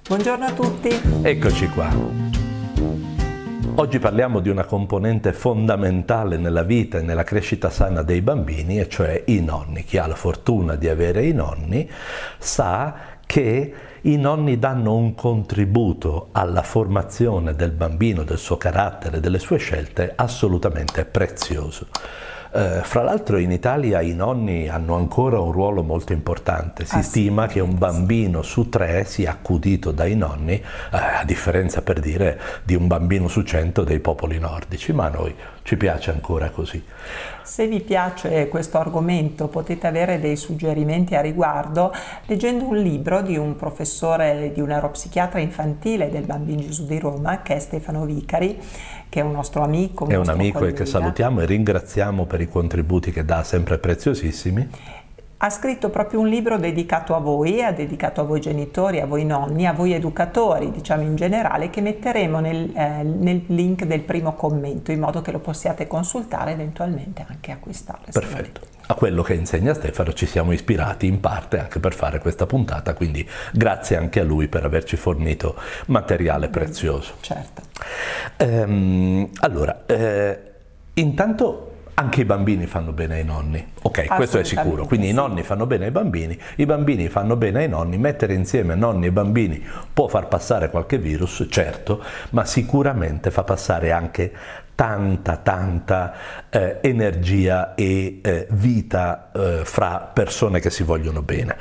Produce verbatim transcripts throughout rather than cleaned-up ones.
Buongiorno a tutti. Eccoci qua. Oggi parliamo di una componente fondamentale nella vita e nella crescita sana dei bambini, e cioè i nonni. Chi ha la fortuna di avere i nonni sa che i nonni danno un contributo alla formazione del bambino, del suo carattere, delle sue scelte assolutamente prezioso. Eh, fra l'altro in Italia i nonni hanno ancora un ruolo molto importante. Si stima che un bambino su tre sia accudito dai nonni, eh, a differenza, per dire, di un bambino su cento dei popoli nordici, ma a noi ci piace ancora così. Se vi piace questo argomento potete avere dei suggerimenti a riguardo leggendo un libro di un professore, di un neuropsichiatra infantile del Bambino Gesù di Roma, che è Stefano Vicari, che è un nostro amico. Un è nostro un amico collega. E che salutiamo e ringraziamo per i contributi che dà, sempre preziosissimi. Ha scritto proprio un libro dedicato a voi, ha dedicato a voi genitori, a voi nonni, a voi educatori, diciamo in generale, che metteremo nel, eh, nel link del primo commento, in modo che lo possiate consultare e eventualmente anche acquistare. Perfetto. A quello che insegna Stefano ci siamo ispirati in parte anche per fare questa puntata, quindi grazie anche a lui per averci fornito materiale Bene, prezioso. Certo. Ehm, allora, eh, intanto anche i bambini fanno bene ai nonni, ok, questo è sicuro, quindi sì. I nonni fanno bene ai bambini, i bambini fanno bene ai nonni, mettere insieme nonni e bambini può far passare qualche virus, certo, ma sicuramente fa passare anche tanta tanta eh, energia e eh, vita eh, fra persone che si vogliono bene.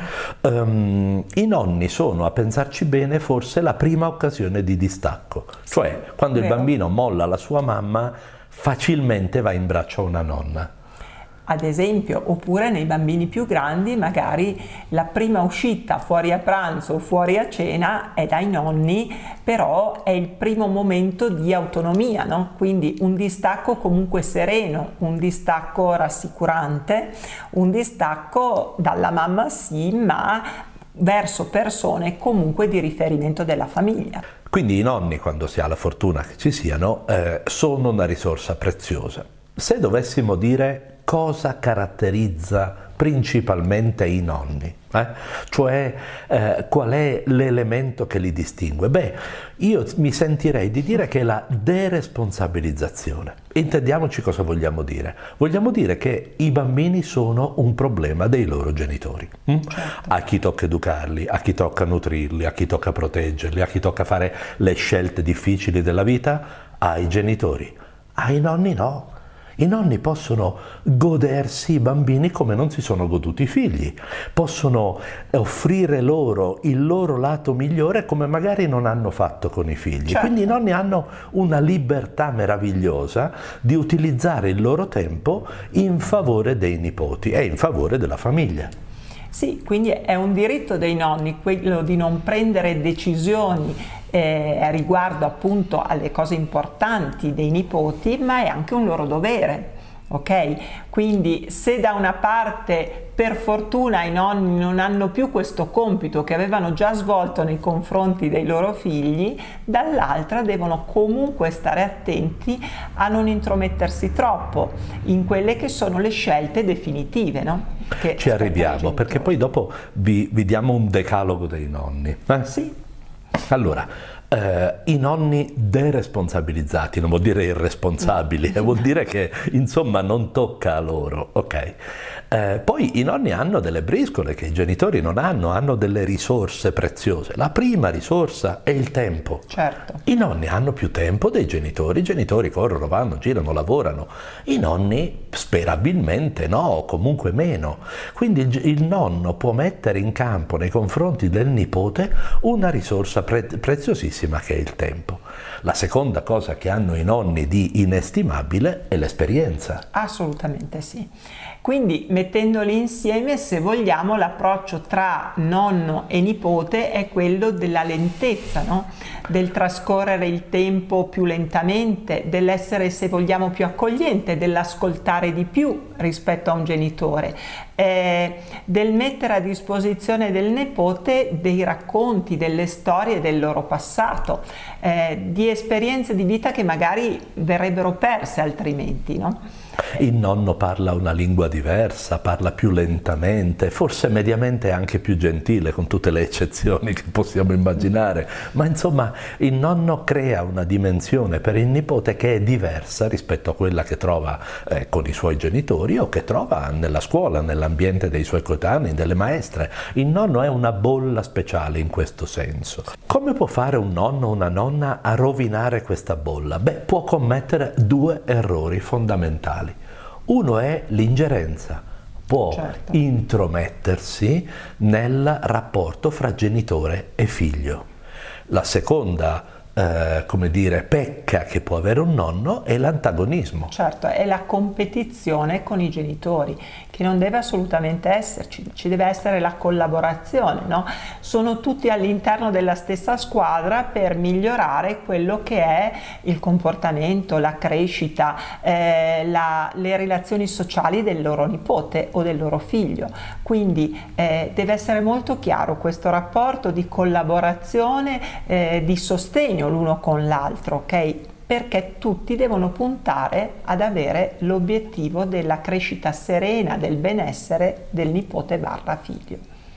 Um, I nonni sono, a pensarci bene, forse la prima occasione di distacco, cioè sì, quando vero. Il bambino molla la sua mamma facilmente va in braccio a una nonna. Ad esempio, oppure nei bambini più grandi magari la prima uscita fuori a pranzo o fuori a cena è dai nonni, però è il primo momento di autonomia, no? Quindi un distacco comunque sereno, un distacco rassicurante, un distacco dalla mamma sì, ma verso persone comunque di riferimento della famiglia. Quindi i nonni, quando si ha la fortuna che ci siano, eh, sono una risorsa preziosa. Se dovessimo dire cosa caratterizza principalmente i nonni, eh? cioè eh, qual è l'elemento che li distingue? Beh, io mi sentirei di dire che è la deresponsabilizzazione. Intendiamoci cosa vogliamo dire. Vogliamo dire che i bambini sono un problema dei loro genitori. Hm? Certo. A chi tocca educarli, a chi tocca nutrirli, a chi tocca proteggerli, a chi tocca fare le scelte difficili della vita, ai genitori. Ai nonni no. I nonni possono godersi i bambini come non si sono goduti i figli, possono offrire loro il loro lato migliore come magari non hanno fatto con i figli. Certo. Quindi i nonni hanno una libertà meravigliosa di utilizzare il loro tempo in favore dei nipoti e in favore della famiglia. Sì, quindi è un diritto dei nonni quello di non prendere decisioni eh, riguardo appunto alle cose importanti dei nipoti, ma è anche un loro dovere, ok? Quindi se da una parte per fortuna i nonni non hanno più questo compito che avevano già svolto nei confronti dei loro figli, dall'altra devono comunque stare attenti a non intromettersi troppo in quelle che sono le scelte definitive, no? Che ci arriviamo, perché poi dopo vi, vi diamo un decalogo dei nonni. Eh? Sì. Allora, eh, i nonni deresponsabilizzati, non vuol dire irresponsabili, eh, vuol dire che insomma non tocca a loro, ok? Eh, poi i nonni hanno delle briscole che i genitori non hanno, hanno delle risorse preziose. La prima risorsa è il tempo. Certo. I nonni hanno più tempo dei genitori, i genitori corrono, vanno, girano, lavorano. I nonni sperabilmente no, o comunque meno. Quindi il, il nonno può mettere in campo nei confronti del nipote una risorsa pre preziosissima che è il tempo. La seconda cosa che hanno i nonni di inestimabile è l'esperienza. Assolutamente sì. Quindi mettendoli insieme, se vogliamo, l'approccio tra nonno e nipote è quello della lentezza, no? Del trascorrere il tempo più lentamente, dell'essere, se vogliamo, più accogliente, dell'ascoltare di più rispetto a un genitore, eh, del mettere a disposizione del nipote dei racconti, delle storie del loro passato, eh, di esperienze di vita che magari verrebbero perse altrimenti, no? Il nonno parla una lingua diversa, parla più lentamente, forse mediamente anche più gentile, con tutte le eccezioni che possiamo immaginare, ma insomma il nonno crea una dimensione per il nipote che è diversa rispetto a quella che trova eh, con i suoi genitori o che trova nella scuola, nell'ambiente dei suoi coetanei, delle maestre. Il nonno è una bolla speciale in questo senso. Come può fare un nonno o una nonna a rovinare questa bolla? Beh, può commettere due errori fondamentali. Uno è l'ingerenza, può certo. intromettersi nel rapporto fra genitore e figlio. La seconda Eh, come dire, pecca che può avere un nonno è l'antagonismo. Certo, è la competizione con i genitori, che non deve assolutamente esserci, ci deve essere la collaborazione, no? Sono tutti all'interno della stessa squadra per migliorare quello che è il comportamento, la crescita, eh, la, le relazioni sociali del loro nipote o del loro figlio. Quindi eh, deve essere molto chiaro questo rapporto di collaborazione, eh, di sostegno l'uno con l'altro, ok? Perché tutti devono puntare ad avere l'obiettivo della crescita serena, del benessere del nipote barra figlio.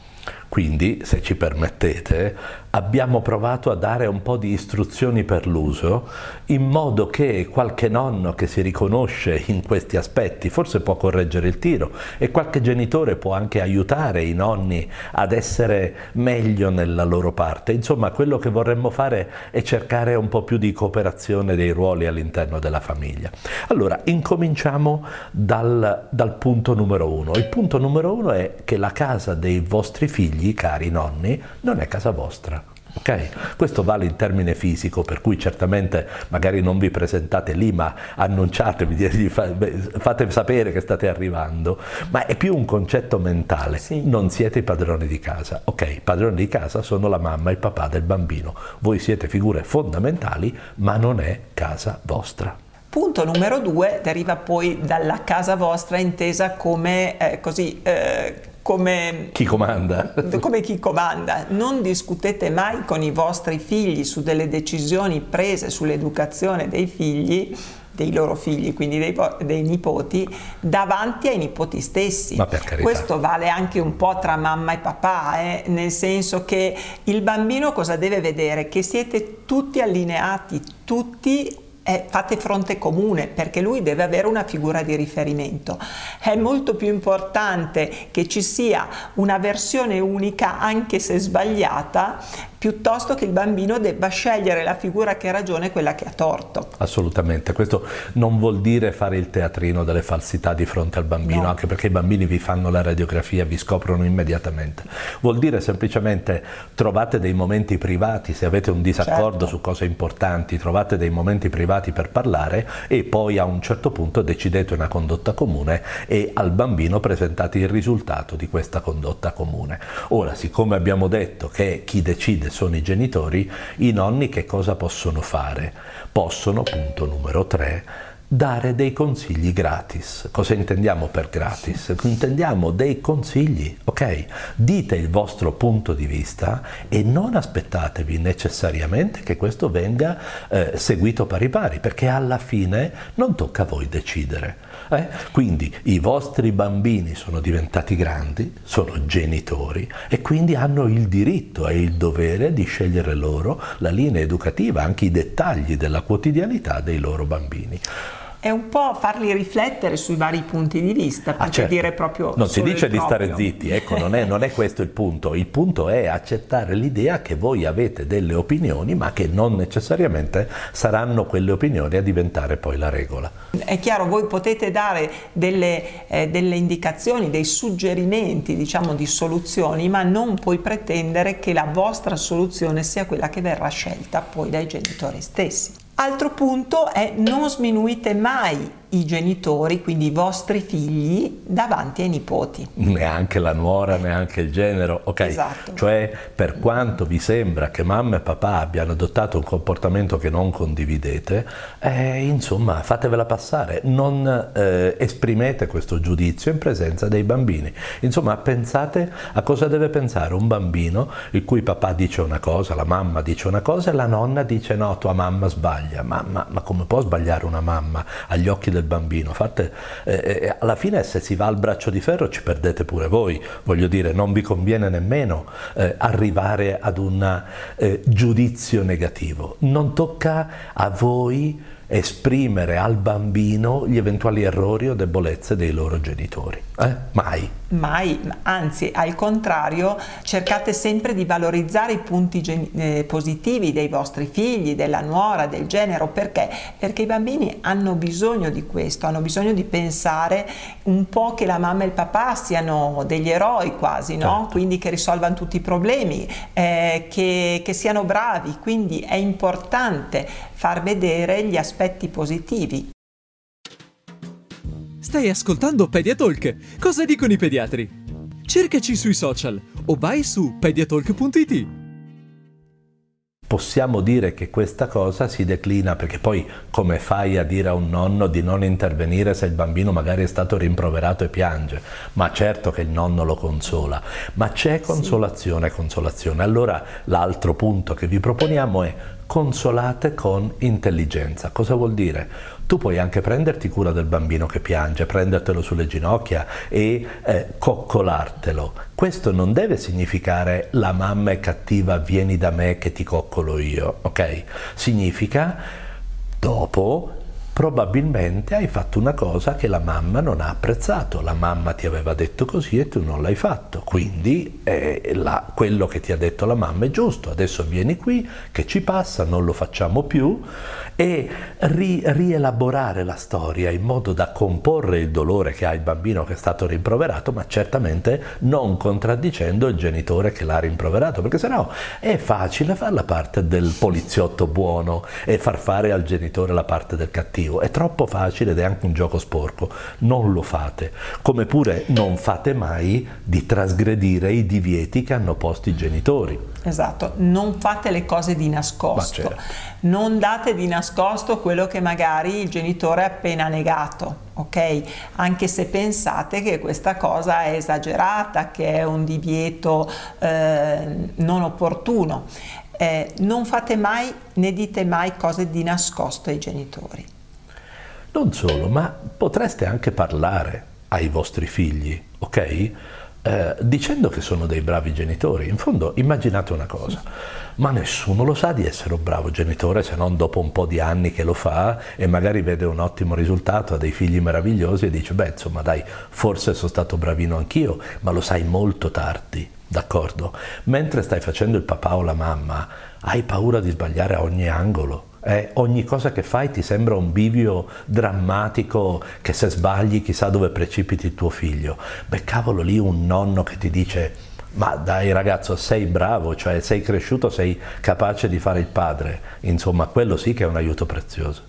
Quindi, se ci permettete, abbiamo provato a dare un po' di istruzioni per l'uso, in modo che qualche nonno che si riconosce in questi aspetti forse può correggere il tiro e qualche genitore può anche aiutare i nonni ad essere meglio nella loro parte. Insomma, quello che vorremmo fare è cercare un po' più di cooperazione dei ruoli all'interno della famiglia. Allora, incominciamo dal, dal punto numero uno. Il punto numero uno è che la casa dei vostri figli, cari nonni, non è casa vostra. Okay? Questo vale in termine fisico, per cui certamente magari non vi presentate lì, ma annunciatevi, fate sapere che state arrivando, ma è più un concetto mentale. Sì. Non siete i padroni di casa. Ok, i padroni di casa sono la mamma e il papà del bambino. Voi siete figure fondamentali, ma non è casa vostra. Punto numero due deriva poi dalla casa vostra intesa come eh, così... Eh, Come chi comanda. come chi comanda. Non discutete mai con i vostri figli su delle decisioni prese sull'educazione dei figli, dei loro figli, quindi dei, dei nipoti, davanti ai nipoti stessi. Ma per carità. Questo vale anche un po' tra mamma e papà, eh? Nel senso che il bambino cosa deve vedere? Che siete tutti allineati, tutti Eh, fate fronte comune, perché lui deve avere una figura di riferimento. È molto più importante che ci sia una versione unica, anche se sbagliata, piuttosto che il bambino debba scegliere la figura che ha ragione e quella che ha torto. Assolutamente, questo non vuol dire fare il teatrino delle falsità di fronte al bambino, no. Anche perché i bambini vi fanno la radiografia, vi scoprono immediatamente. Vuol dire semplicemente trovate dei momenti privati, se avete un disaccordo certo. su cose importanti, trovate dei momenti privati per parlare e poi a un certo punto decidete una condotta comune e al bambino presentate il risultato di questa condotta comune. Ora, siccome abbiamo detto che chi decide sono i genitori, i nonni che cosa possono fare? Possono, punto numero tre, dare dei consigli gratis. Cosa intendiamo per gratis? Intendiamo dei consigli, ok? Dite il vostro punto di vista e non aspettatevi necessariamente che questo venga eh, seguito pari pari, perché alla fine non tocca a voi decidere. Eh? Quindi i vostri bambini sono diventati grandi, sono genitori e quindi hanno il diritto e il dovere di scegliere loro la linea educativa, anche i dettagli della quotidianità dei loro bambini. È un po' farli riflettere sui vari punti di vista, per ah, certo. dire proprio non si dice di stare zitti, ecco, non è, non è questo il punto. Il punto è accettare l'idea che voi avete delle opinioni, ma che non necessariamente saranno quelle opinioni a diventare poi la regola. È chiaro, voi potete dare delle, eh, delle indicazioni, dei suggerimenti, diciamo, di soluzioni, ma non puoi pretendere che la vostra soluzione sia quella che verrà scelta poi dai genitori stessi. Altro punto è: non sminuite mai i genitori, quindi i vostri figli, davanti ai nipoti. Neanche la nuora, neanche il genero, ok? Esatto. Cioè, per quanto vi sembra che mamma e papà abbiano adottato un comportamento che non condividete, eh, insomma, fatevela passare, non eh, esprimete questo giudizio in presenza dei bambini. Insomma, pensate a cosa deve pensare un bambino il cui papà dice una cosa, la mamma dice una cosa e la nonna dice no, tua mamma sbaglia. Ma, ma, ma come può sbagliare una mamma agli occhi del del bambino, fate, eh, alla fine se si va al braccio di ferro ci perdete pure voi, voglio dire, non vi conviene nemmeno eh, arrivare ad un eh, giudizio negativo, non tocca a voi esprimere al bambino gli eventuali errori o debolezze dei loro genitori, eh? Mai. Mai, anzi al contrario, cercate sempre di valorizzare i punti eh, positivi dei vostri figli, della nuora, del genero, perché? Perché i bambini hanno bisogno di questo, hanno bisogno di pensare un po' che la mamma e il papà siano degli eroi quasi, no? Certo. Quindi che risolvano tutti i problemi, eh, che, che siano bravi, quindi è importante far vedere gli aspetti positivi. Stai ascoltando Pediatalk. Cosa dicono i pediatri? Cercaci sui social o vai su pediatalk punto it. Possiamo dire che questa cosa si declina, perché poi come fai a dire a un nonno di non intervenire se il bambino magari è stato rimproverato e piange? Ma certo che il nonno lo consola, ma c'è consolazione, sì. consolazione. Allora l'altro punto che vi proponiamo è: consolate con intelligenza. Cosa vuol dire? Tu puoi anche prenderti cura del bambino che piange, prendertelo sulle ginocchia e eh, coccolartelo. Questo non deve significare la mamma è cattiva, vieni da me che ti coccolo io, ok? Significa dopo probabilmente hai fatto una cosa che la mamma non ha apprezzato, la mamma ti aveva detto così e tu non l'hai fatto, quindi eh, la, quello che ti ha detto la mamma è giusto, adesso vieni qui, che ci passa, non lo facciamo più, e ri, rielaborare la storia in modo da comporre il dolore che ha il bambino che è stato rimproverato, ma certamente non contraddicendo il genitore che l'ha rimproverato, perché sennò è facile fare la parte del poliziotto buono e far fare al genitore la parte del cattivo. È troppo facile ed è anche un gioco sporco, non lo fate. Come pure non fate mai di trasgredire i divieti che hanno posto i genitori. Esatto, non fate le cose di nascosto, certo. non date di nascosto quello che magari il genitore ha appena negato, ok? Anche se pensate che questa cosa è esagerata, che è un divieto eh, non opportuno. Eh, non fate mai, né dite mai cose di nascosto ai genitori. Non solo, ma potreste anche parlare ai vostri figli, ok? Eh, dicendo che sono dei bravi genitori. In fondo immaginate una cosa, ma nessuno lo sa di essere un bravo genitore se non dopo un po' di anni che lo fa e magari vede un ottimo risultato, ha dei figli meravigliosi e dice beh insomma dai, forse sono stato bravino anch'io, ma lo sai molto tardi, d'accordo? Mentre stai facendo il papà o la mamma hai paura di sbagliare a ogni angolo. Eh, ogni cosa che fai ti sembra un bivio drammatico che se sbagli chissà dove precipiti il tuo figlio. Beh cavolo, lì un nonno che ti dice ma dai ragazzo sei bravo, cioè sei cresciuto, sei capace di fare il padre, insomma quello sì che è un aiuto prezioso.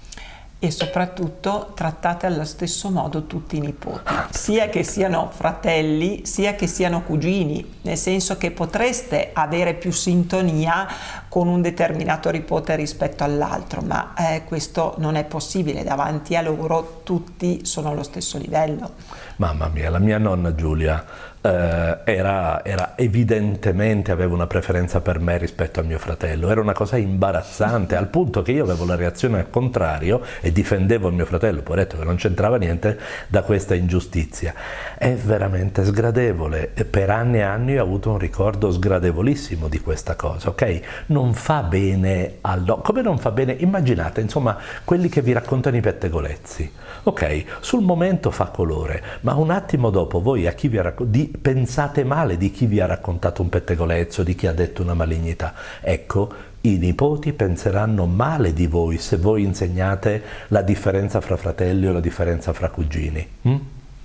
E soprattutto trattate allo stesso modo tutti i nipoti, sia che siano fratelli, sia che siano cugini, nel senso che potreste avere più sintonia con un determinato nipote rispetto all'altro, ma eh, questo non è possibile, davanti a loro tutti sono allo stesso livello. Mamma mia, la mia nonna Giulia eh, era, era evidentemente aveva una preferenza per me rispetto a mio fratello, era una cosa imbarazzante al punto che io avevo la reazione al contrario e difendevo il mio fratello, poveretto che non c'entrava niente da questa ingiustizia. È veramente sgradevole, per anni e anni ho avuto un ricordo sgradevolissimo di questa cosa, ok? Non fa bene, allo... come non fa bene, immaginate insomma quelli che vi raccontano i pettegolezzi, ok? Sul momento fa colore, ma un attimo dopo voi a chi vi ha raccontato, di... pensate male di chi vi ha raccontato un pettegolezzo, di chi ha detto una malignità, ecco. I nipoti penseranno male di voi se voi insegnate la differenza fra fratelli o la differenza fra cugini. Hm?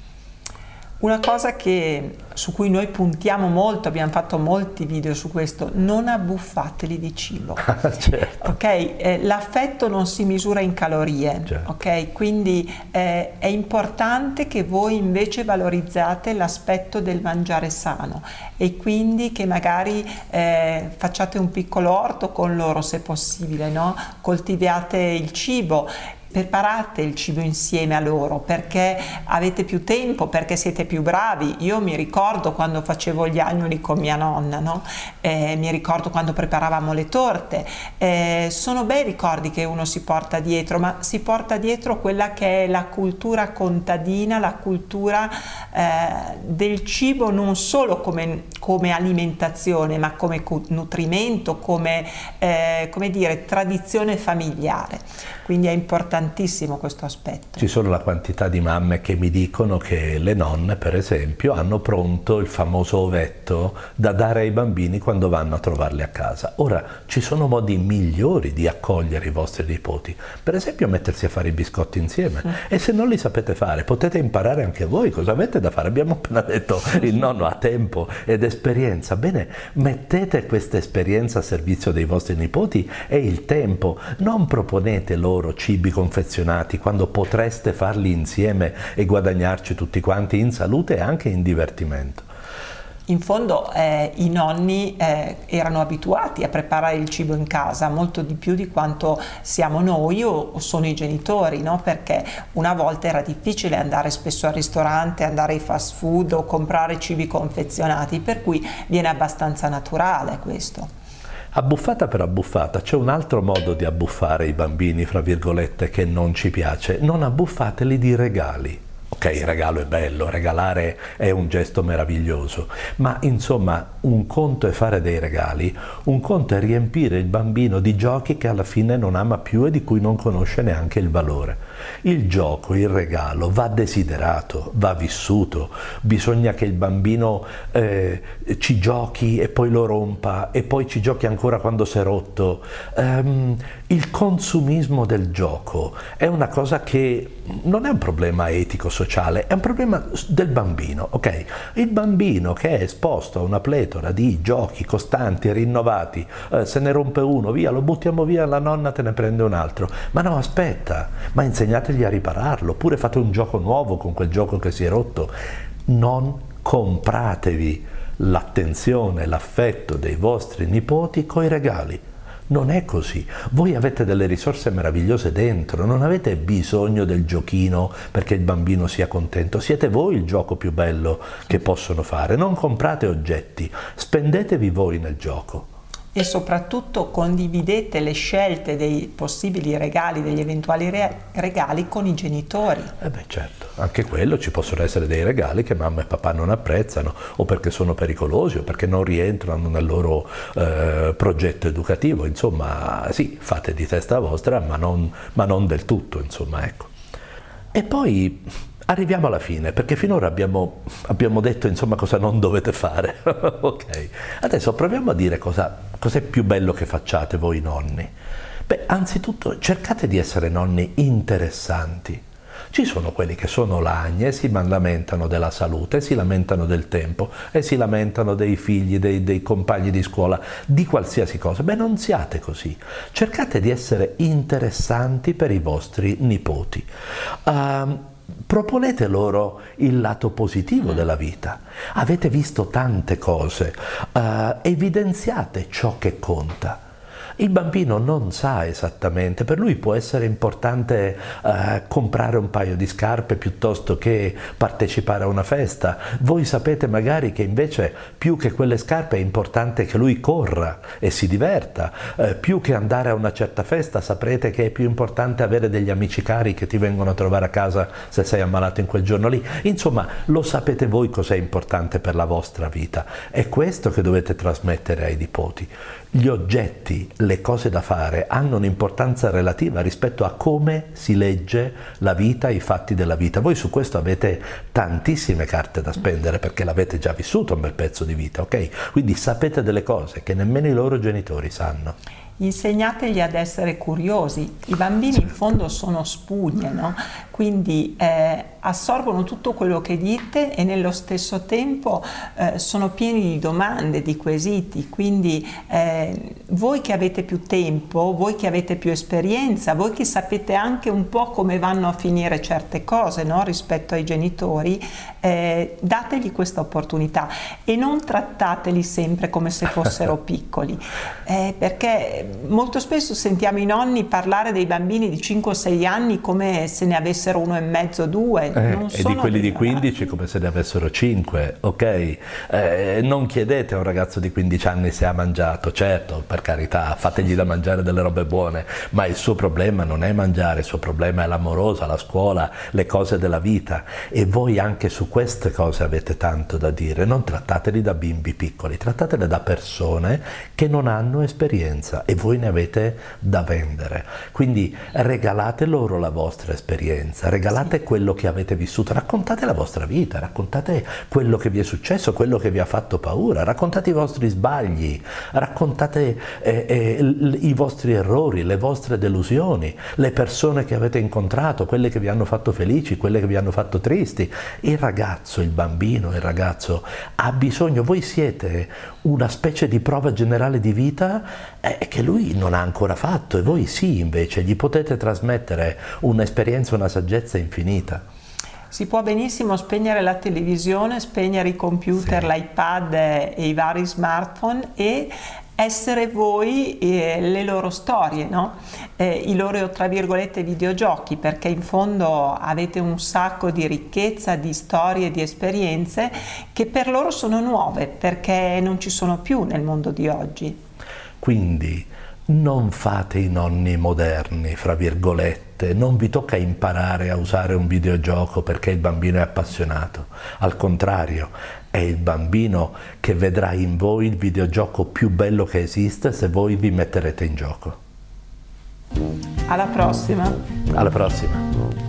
Una cosa che, su cui noi puntiamo molto, abbiamo fatto molti video su questo, non abbuffateli di cibo. Certo. Ok? Eh, l'affetto non si misura in calorie, certo. Ok? Quindi eh, è importante che voi invece valorizzate l'aspetto del mangiare sano e quindi che magari eh, facciate un piccolo orto con loro se possibile, no? Coltivate il cibo preparate il cibo insieme a loro, perché avete più tempo, perché siete più bravi. Io mi ricordo quando facevo gli agnoli con mia nonna, no? Eh, mi ricordo quando preparavamo le torte. Eh, sono bei ricordi che uno si porta dietro, ma si porta dietro quella che è la cultura contadina, la cultura eh, del cibo, non solo come, come alimentazione, ma come nutrimento, come, eh, come dire, tradizione familiare. Quindi è importantissimo questo aspetto. Ci sono la quantità di mamme che mi dicono che le nonne, per esempio, hanno pronto il famoso ovetto da dare ai bambini quando vanno a trovarli a casa. Ora, ci sono modi migliori di accogliere i vostri nipoti. Per esempio, mettersi a fare i biscotti insieme. Mm. E se non li sapete fare, potete imparare anche voi cosa avete da fare. Abbiamo appena detto il nonno ha tempo ed esperienza. Bene, mettete questa esperienza a servizio dei vostri nipoti e il tempo. Non proponete loro cibi confezionati quando potreste farli insieme e guadagnarci tutti quanti in salute e anche in divertimento. In fondo eh, i nonni eh, erano abituati a preparare il cibo in casa molto di più di quanto siamo noi o, o sono i genitori, no? Perché una volta era difficile andare spesso al ristorante, andare ai fast food o comprare cibi confezionati, per cui viene abbastanza naturale questo. Abbuffata per abbuffata, c'è un altro modo di abbuffare i bambini, fra virgolette, che non ci piace. Non abbuffateli di regali. Ok, il regalo è bello, regalare è un gesto meraviglioso, ma insomma un conto è fare dei regali, un conto è riempire il bambino di giochi che alla fine non ama più e di cui non conosce neanche il valore. Il gioco, il regalo va desiderato, va vissuto, bisogna che il bambino eh, ci giochi e poi lo rompa e poi ci giochi ancora quando si è rotto. Um, il consumismo del gioco è una cosa che non è un problema etico sociale, è un problema del bambino, ok? Il bambino che è esposto a una pletora di giochi costanti e rinnovati, eh, se ne rompe uno, via, lo buttiamo via, la nonna te ne prende un altro. Ma no, aspetta, ma insegnategli a ripararlo, oppure fate un gioco nuovo con quel gioco che si è rotto. Non compratevi l'attenzione, l'affetto dei vostri nipoti coi regali. Non è così, voi avete delle risorse meravigliose dentro, non avete bisogno del giochino perché il bambino sia contento, siete voi il gioco più bello che possono fare, non comprate oggetti, spendetevi voi nel gioco. E soprattutto condividete le scelte dei possibili regali, degli eventuali re regali con i genitori. Eh beh certo, anche quello, ci possono essere dei regali che mamma e papà non apprezzano o perché sono pericolosi o perché non rientrano nel loro eh, progetto educativo, insomma sì, fate di testa vostra ma non, ma non del tutto, insomma, ecco. E poi arriviamo alla fine, perché finora abbiamo, abbiamo detto insomma cosa non dovete fare. Ok, adesso proviamo a dire cosa, cos'è più bello che facciate voi nonni. Beh, anzitutto cercate di essere nonni interessanti. Ci sono quelli che sono lagni e si lamentano della salute, si lamentano del tempo e si lamentano dei figli, dei, dei compagni di scuola, di qualsiasi cosa. Beh, non siate così. Cercate di essere interessanti per i vostri nipoti. Uh, Proponete loro il lato positivo della vita. Avete visto tante cose, uh, evidenziate ciò che conta. Il bambino non sa esattamente, per lui può essere importante eh, comprare un paio di scarpe piuttosto che partecipare a una festa. Voi sapete magari che invece più che quelle scarpe è importante che lui corra e si diverta, eh, più che andare a una certa festa saprete che è più importante avere degli amici cari che ti vengono a trovare a casa se sei ammalato in quel giorno lì. Insomma, lo sapete voi cos'è importante per la vostra vita. È questo che dovete trasmettere ai nipoti. Gli oggetti, le cose da fare hanno un'importanza relativa rispetto a come si legge la vita, i fatti della vita. Voi su questo avete tantissime carte da spendere perché l'avete già vissuto un bel pezzo di vita, ok? Quindi sapete delle cose che nemmeno i loro genitori sanno. Insegnategli ad essere curiosi. I bambini in fondo sono spugne, no? Quindi eh, assorbono tutto quello che dite e nello stesso tempo eh, sono pieni di domande, di quesiti, quindi eh, voi che avete più tempo, voi che avete più esperienza, voi che sapete anche un po' come vanno a finire certe cose, no? Rispetto ai genitori, eh, dategli questa opportunità e non trattateli sempre come se fossero piccoli, eh, perché molto spesso sentiamo i nonni parlare dei bambini di cinque o sei anni come se ne avessero uno e mezzo, due, eh, non e di quelli di quindici come se ne avessero cinque, ok? Eh, non chiedete a un ragazzo di quindici anni se ha mangiato, certo, per carità, fategli da mangiare delle robe buone, ma il suo problema non è mangiare, il suo problema è l'amorosa, la scuola, le cose della vita, e voi anche su queste cose avete tanto da dire. Non trattateli da bimbi piccoli, trattatele da persone che non hanno esperienza e voi ne avete da vendere, quindi regalate loro la vostra esperienza, regalate quello che avete vissuto, raccontate la vostra vita, raccontate quello che vi è successo, quello che vi ha fatto paura, raccontate i vostri sbagli, raccontate eh, eh, i vostri errori, le vostre delusioni, le persone che avete incontrato, quelle che vi hanno fatto felici, quelle che vi hanno fatto tristi. Il ragazzo, il bambino, il ragazzo ha bisogno, voi siete una specie di prova generale di vita eh, che lui non ha ancora fatto, e voi sì, invece gli potete trasmettere un'esperienza, una saggezza infinita. Si può benissimo spegnere la televisione, spegnere i computer, sì, l'iPad e i vari smartphone e essere voi eh, le loro storie, no? eh, i loro, tra virgolette, videogiochi, perché in fondo avete un sacco di ricchezza, di storie, di esperienze che per loro sono nuove, perché non ci sono più nel mondo di oggi. Quindi non fate i nonni moderni, fra virgolette, non vi tocca imparare a usare un videogioco perché il bambino è appassionato, al contrario, è il bambino che vedrà in voi il videogioco più bello che esiste se voi vi metterete in gioco. Alla prossima! Alla prossima!